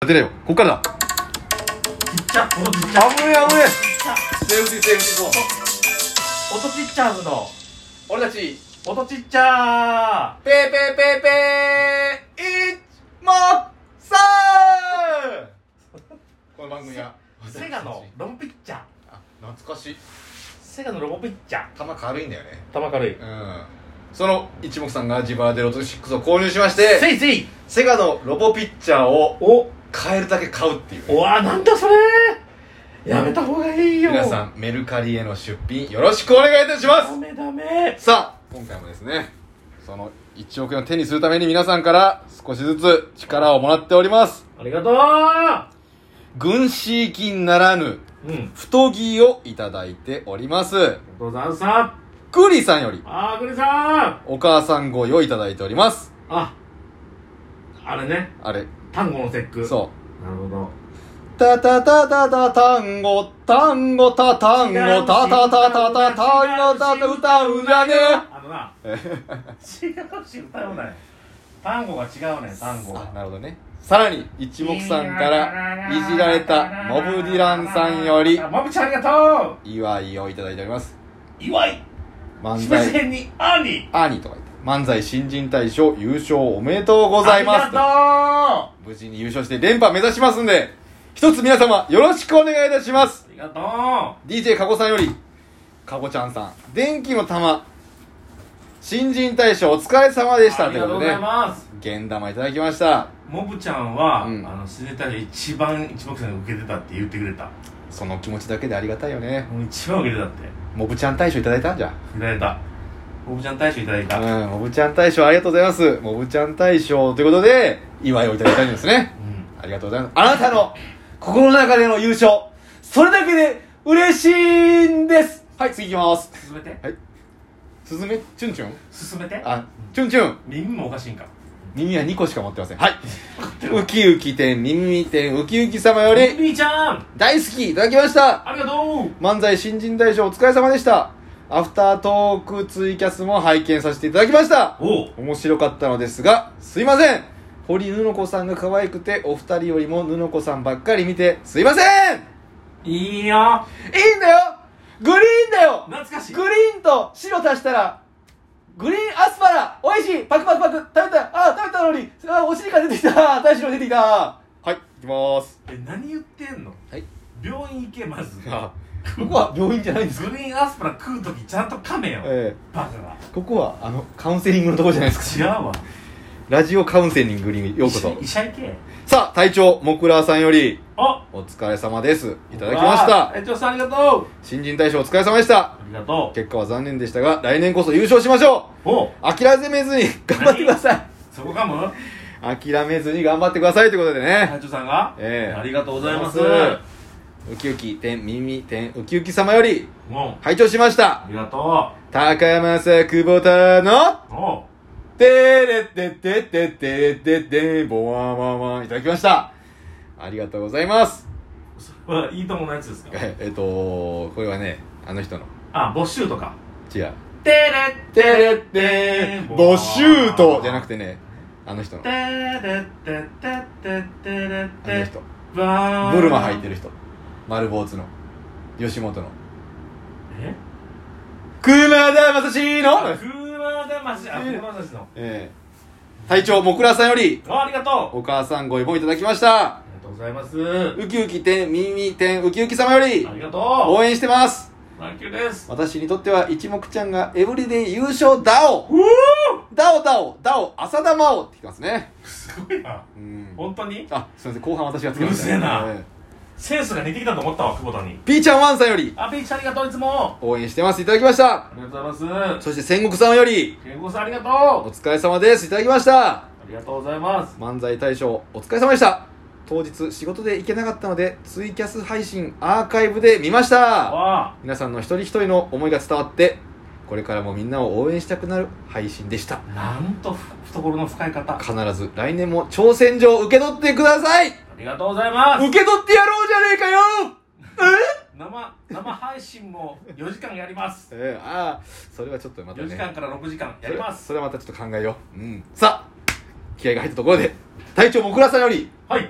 てないよ。こっからだ。 ちっちゃ、音ちっちゃ。 危ねえ危ねえ。 ちっちゃ。 セーフティーセーフティー。 音ちっちゃーの。 俺たち音ちっちゃペーペーペーペー一目散。この番組はー。セガのロボピッチャー。 あ、懐かしい。 セガのロボピッチャー。 球軽いんだよね。 球軽い。 うん。その一目さんが自腹でロト6を購入しまして、 せいせい。 セガのロボピッチャーを買えるだけ買うっていう、ね。 うわー、なんだそれー。やめた方がいいよ。 皆さんメルカリへの出品よろしくお願いいたします。 ダメダメ。 さあ今回もですね、その1億円を手にするために皆さんから少しずつ力をもらっております。 ありがとう。 軍資金ならぬうん。 太着をいただいております。 ありがとうございます。 クリさんよりあー、グリさん。 お母さん声をいただいております。 あれね。 あれ単語の節句。 そうなるほど。 タタタタタ単語単語タ単語タタタタタ単語タ歌うんじゃねえ。 違うし歌うね。単語が違うね、単語が。 なるほどね。さらに一目さんからいじられたモブディランさんよりモブちゃんありがとう。 祝いをいただいております。 祝い漫しめ才せんにアニアーニーとか言って漫才新人大賞優勝おめでとうございます。 ありがと無事に優勝して連覇目指しますんで一つ皆様よろしくお願いいたします。 う。ありがと DJ かごさんよりかごちゃんさん電気の玉新人大賞お疲れ様でしたありがとうございます現玉いただきました。 モブちゃんは、 うん自然体で一番一目散に受けてたって言ってくれた。 その気持ちだけでありがたいよね。 もう一番受けてたってモブちゃん大賞いただいたんじゃいただいた。モブちゃん大賞いただいた。 うん、モブちゃん大賞ありがとうございます。モブちゃん大賞ということで祝いをいただいたんですね。ありがとうございます。あなたの心の中での優勝それだけで嬉しいんです。はい、次行きます。 進めて。 はい、スズメチュンチュン進めて。 チュンチュン耳もおかしいんか。 耳は2個しか持ってません。はいウキウキ店耳店ウキウキ様よりミーちゃん大好きいただきました。 ありがとう。 漫才新人大賞お疲れ様でした。アフタートークツイキャスも拝見させていただきました。 お面白かったのですがすいません。堀布子さんが可愛くてお二人よりも布子さんばっかり見てすいません。 いいよ。 いいんだよグリーンだよ。 懐かしい。 グリーンと白足したらグリーンアスパラ美味しい。パクパクパク食べたのにお尻から出てきた。大白出てきた。はい行きます。 何言ってんの。 はい。 病院行けまず。 ここは病院じゃないんですか。 グリーンアスパラ食うときちゃんと噛めよ。バカが。 ここはカウンセリングのところじゃないですか。 違うわ。 ラジオカウンセリングにようこそ。 医者行け。 さあ隊長モクラーさんよりお疲れ様です。いただきました。 隊長さんありがとう。 新人大賞お疲れ様でした。 ありがと結果は残念でしたが来年こそ優勝しましょう。 う。 諦めずに頑張ってください。 そこかも。 諦めずに頑張ってくださいということでね。 隊長さんがありがとうございます。 ウキウキ天耳天ウキウキ様よりもう拝聴しました。 ありがと高山さ久保田のう。おう。 てれってってってってれってってボワワワいただきました。ありがとうございます。 それはいいとものやつですか。 これはねあの人のボッシュートか。 違うてれてれってボシュートじゃなくてねあの人のてれってってってってれっあの人てバーンブルマ履いてる人丸坊主の吉本の熊田正史の熊田正史の隊長もくらさんよりありがとう。 お母さん声もいただきました。 ありがとうございます。 ウキウキ店耳店ウキウキ様よりありがとう。 応援してます。 サンキューです。 私にとっては一目ちゃんがエブリデイ優勝ダオ浅田真央って聞きますね。 すごいな。本当に。 すいません後半私がつけました。 うるせえな。センスが似てきたと思ったわ久保田に。 ピーちゃんワンさんよりピーちゃんありがとう。いつも応援してますいただきました。 ありがとうございます。 そして戦国さんよりケンゴさんありがとう。 お疲れ様ですいただきました。 ありがとうございます。 漫才大賞お疲れ様でした。当日仕事で行けなかったのでツイキャス配信アーカイブで見ました。 わ皆さんの一人一人の思いが伝わってこれからもみんなを応援したくなる配信でした。 なんと懐の深い方。 必ず来年も挑戦状を受け取ってください。 ありがとうございます。 受け取ってやろうじゃねえかよ。 生配信も4時間やります。 それはちょっとまたね 4時間から6時間やります。 それはまたちょっと考えよう。さあ気合が入ったところで隊長もくらさんよりはい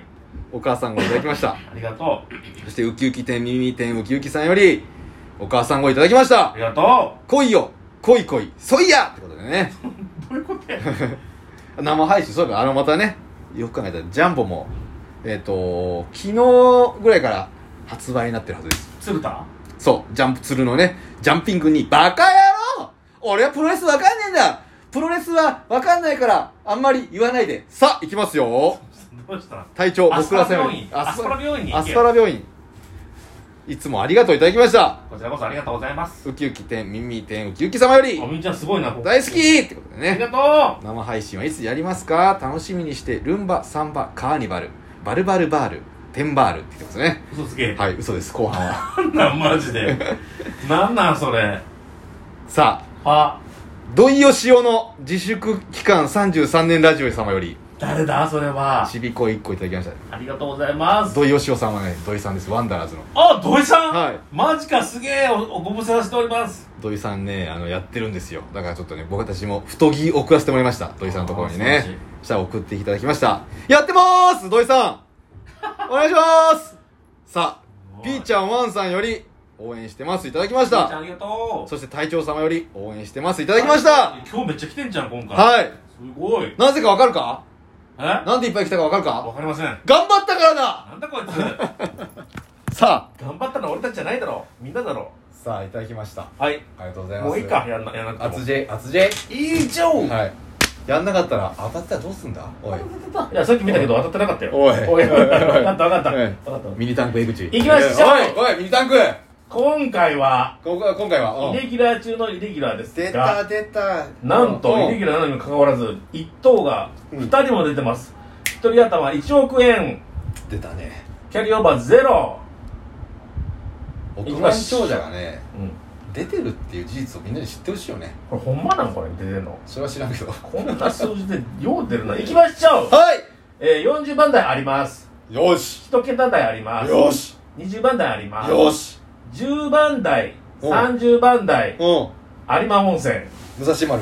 お母さん号いただきました。 ありがとそしてウキウキ店耳店ウキウキさんよりお母さん号いただきました。 う。ありがと恋よ恋恋そいやってことでねう。どういうことや。 生配信、そういえばまたね、よく考えたらジャンボも昨日ぐらいから発売になってるはずです。 鶴田。 そう、ジャンプ鶴のね、ジャンピングにバカ野郎俺はプロレスわかんねえんだ、プロレスはわかんないからあんまり言わないで、さあ行きますよ。 どうした隊長アス僕らせんパラ病院。アスパラ病院に行アけスパラ病院いつもありがとういただきました。 こちらこそありがとうございます。 ウキウキ店耳店ウキウキ様よりおみーちゃんすごいな、ここ大好きってことでね、 ありがと生配信はいつやりますか、楽しみにしてルンバサンバカーニバルバルバルバールテンバールって言ってますね。 う。嘘つけ。 はい、嘘です。後半はなんなんマジで。なんなんそれ。 さあは。 土井善雄の自粛期間33年ラジオ様より誰だそれは。 ちびこ1個いただきました。 ありがとうございます。 土井善雄さんはね、土井さんです。ワンダーラーズのあ、土井さん。 はいマジか、すげえご無沙汰しております。 土井さんね、やってるんですよ。だからちょっとね、僕たちも太着送らせてもらいました。土井さんのところにあー素晴らしいね、そしたら送っていただきました。やってまーす土井さんお願いしまーす。さあピーちゃんワンさんより応援してますいただきました。 ピーちゃんありがとう。 そして隊長様より応援してますいただきました。 今日めっちゃ来てんじゃん、今回。 はい、 すごい。 なぜかわかるか、 え、 なんでいっぱい来たかわかるわか、 かりません。 頑張ったからだ。 なんだこいつ。 さ頑張ったのは俺たちじゃないだろ。みんなだろ。 あさあいただきました。 はい。 ありがとうございます。 もういいか、やんなくても。 厚 J 厚 J いいじゃん。 はい、やんなかったら当たったらどうすんだおいいや、さっき見たけど当たってなかったよ。 おいおい、分かった分かった。分かった。 ミニタンク江口行きましょうおいミニタンク今回は、 今回はイレギュラー中のイレギュラーです出が、 た出たなんとイレギュラーなのにもかかわらず、1等が2人も出てます。1人頭1億円、 出たね。 キャリーオーバーゼロ。 億万長者がねうん。 出てるっていう事実をみんなに知ってほしいよね。 これほんまなんこれ出てんの。 それは知らんけどこんな数字でよう出るな。行きましょう。 はい 40番台あります。 よし 1桁台あります。 よし 20番台あります。 よし 10番台、 うん 30番台、 うん有馬温泉。 武蔵丸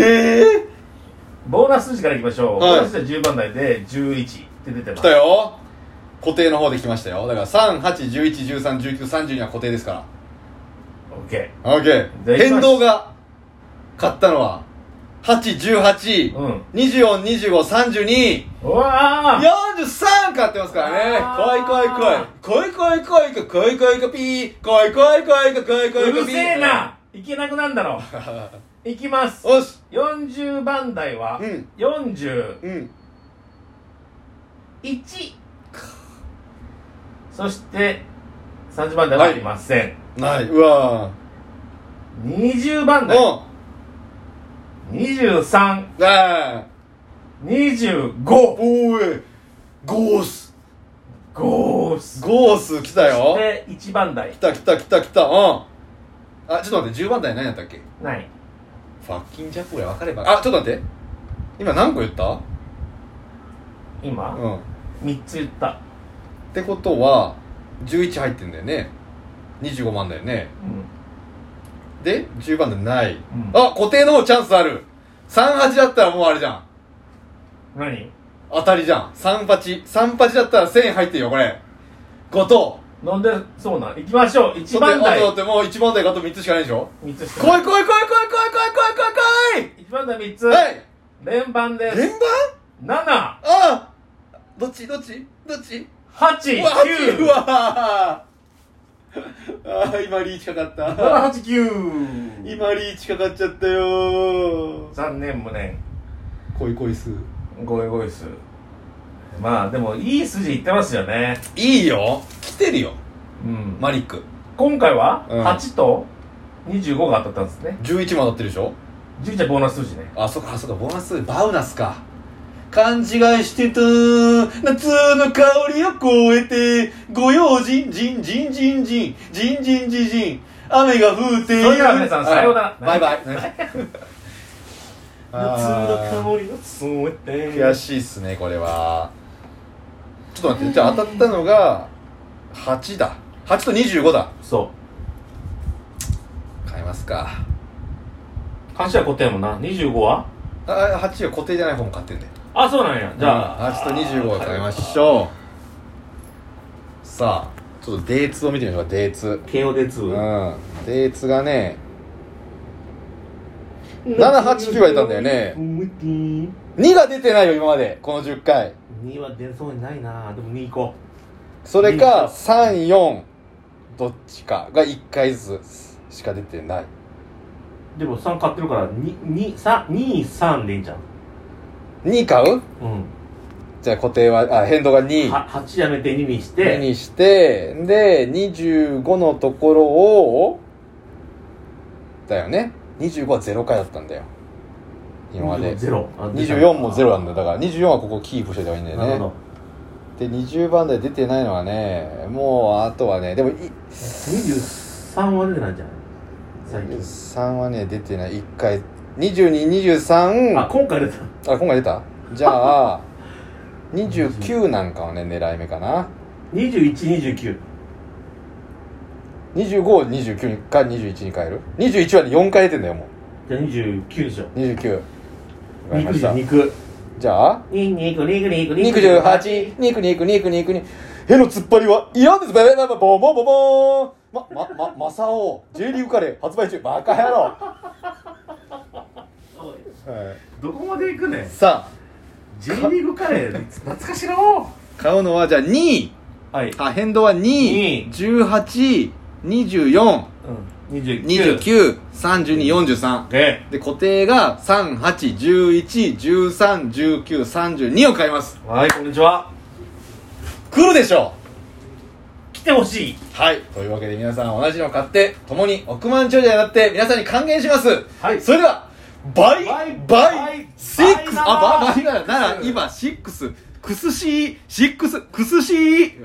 ボーナス数字からいきましょう。 はいボーナス数字は10番台で11って出てます。 来たよ。固定の方で来ましたよ。だから3811131930には固定ですから。 オッケ OK。 じゃあ行きます変動が買ったのは818、 うん 24、25、32、 ー。うわ 43買ってますからね。 あー来い来い来い。来い来い来い来い来い来い来いピー。来い来い来い来い来い来い来い。 うるせえな。いけなくなんだろ。いきます。 よし。 40番台はうん 41、 うん。 そして30番台はありません。 ない。うわ 20番ー。 台うん。 23、 あ 25、 おーい。ゴース。 ゴース。 ゴース来たよ。 で1番台来た来た来た来た。うん。あ、ちょっと待って、10番台何やったっけ。 ない。 ファッキンジャックぐらい分かれば。あ、ちょっと待って。今何個言った？ 今、 うん。っ 3つ言った。 てことは、11入ってんだよね。25番だよね。 うん。 で、10番台ない。 うんあ、固定の方チャンスある。38だったらもうあれじゃん。 何当たりじゃん。38だったら1000円入ってるよ、これ。5等。 なんでそうなん。行きましょう。1番台だってもう1番台があと3つしかないでしょ。 3つし来かないい来い来い来い来い来い来い来い来い 1番台3つ、 はい。 連番です。 連番？ 7、 あどっちどっちどっち 8、 うわ 9、 うわ今リーチかかった 7、8、9。 今リーチかかっちゃったよ残念無念。 恋恋数ゴイゴイス。まあでもいい筋いってますよね。 いいよ来てるようん。 マリック今回はうん 8と25が当たったんですね。 11も当たってるでしょ。 11はボーナス数字ね。 あそっかあそっかボーナスバウナスか勘違いしてた夏の香りを超えてご用心じんじんじんじんじんじんじんじん雨が降っている。 それでは皆さんさようならバイバイ夏の香りを添えて。 悔しいっすねこれは。ちょっと待ってじゃあ当たったのが8だ。8と25だ。 そ買いますか。 う。8は固定もんな。25はあ8は固定じゃない方も買ってんで。 あ、そうなんや。じゃあ。 8と25を買いましょさあちょっとデーツを見てみましょうか。デーツ KOD2 デーツがね789が出たんだよね。2が出てないよ今までこの10回。 2は出そうにないな。でも2行こそれか34どっちかが1回ずつしか出てない。 う。でも3買ってるから2,3でいいんじゃん。 2買う？ うん。 じゃあ固定は変動が2。 8やめて2にして。 2にしてで25のところをだよね。25は0回だったんだよ今まで。24も0なんだよ。だから24はここキープしておいた方がいいんだよね。 なるほど。 で20番台出てないのはねもうあとはねでも 23は出てないんじゃない最近。 3はね出てない1回2223。 あ今回出た。 今回出た。じゃあ29なんかはね狙い目かな。 2129。 25を29か21に変える。21はね4回出てんだよもう。 じゃあ29でしょ。 29わかりました。 肉じゃあ肉 28肉への突っ張りは嫌です。ベベベベボンボンボンボンマサオ J リーグカレー発売中。バカ野郎どこまで行くねん。 さあ J リーグカレー懐かしの。 買うのはじゃあ2位。 はい。 変動は2 18 24 29 32 43で固定が3 8 11 13 19 32を買います。 はい、こんにちは。 来るでしょう。来てほしい。 はい。というわけで皆さん同じのを買って共に億万長者になって皆さんに還元します。はい。それではバイ6バイが7今6クスシー6クスシー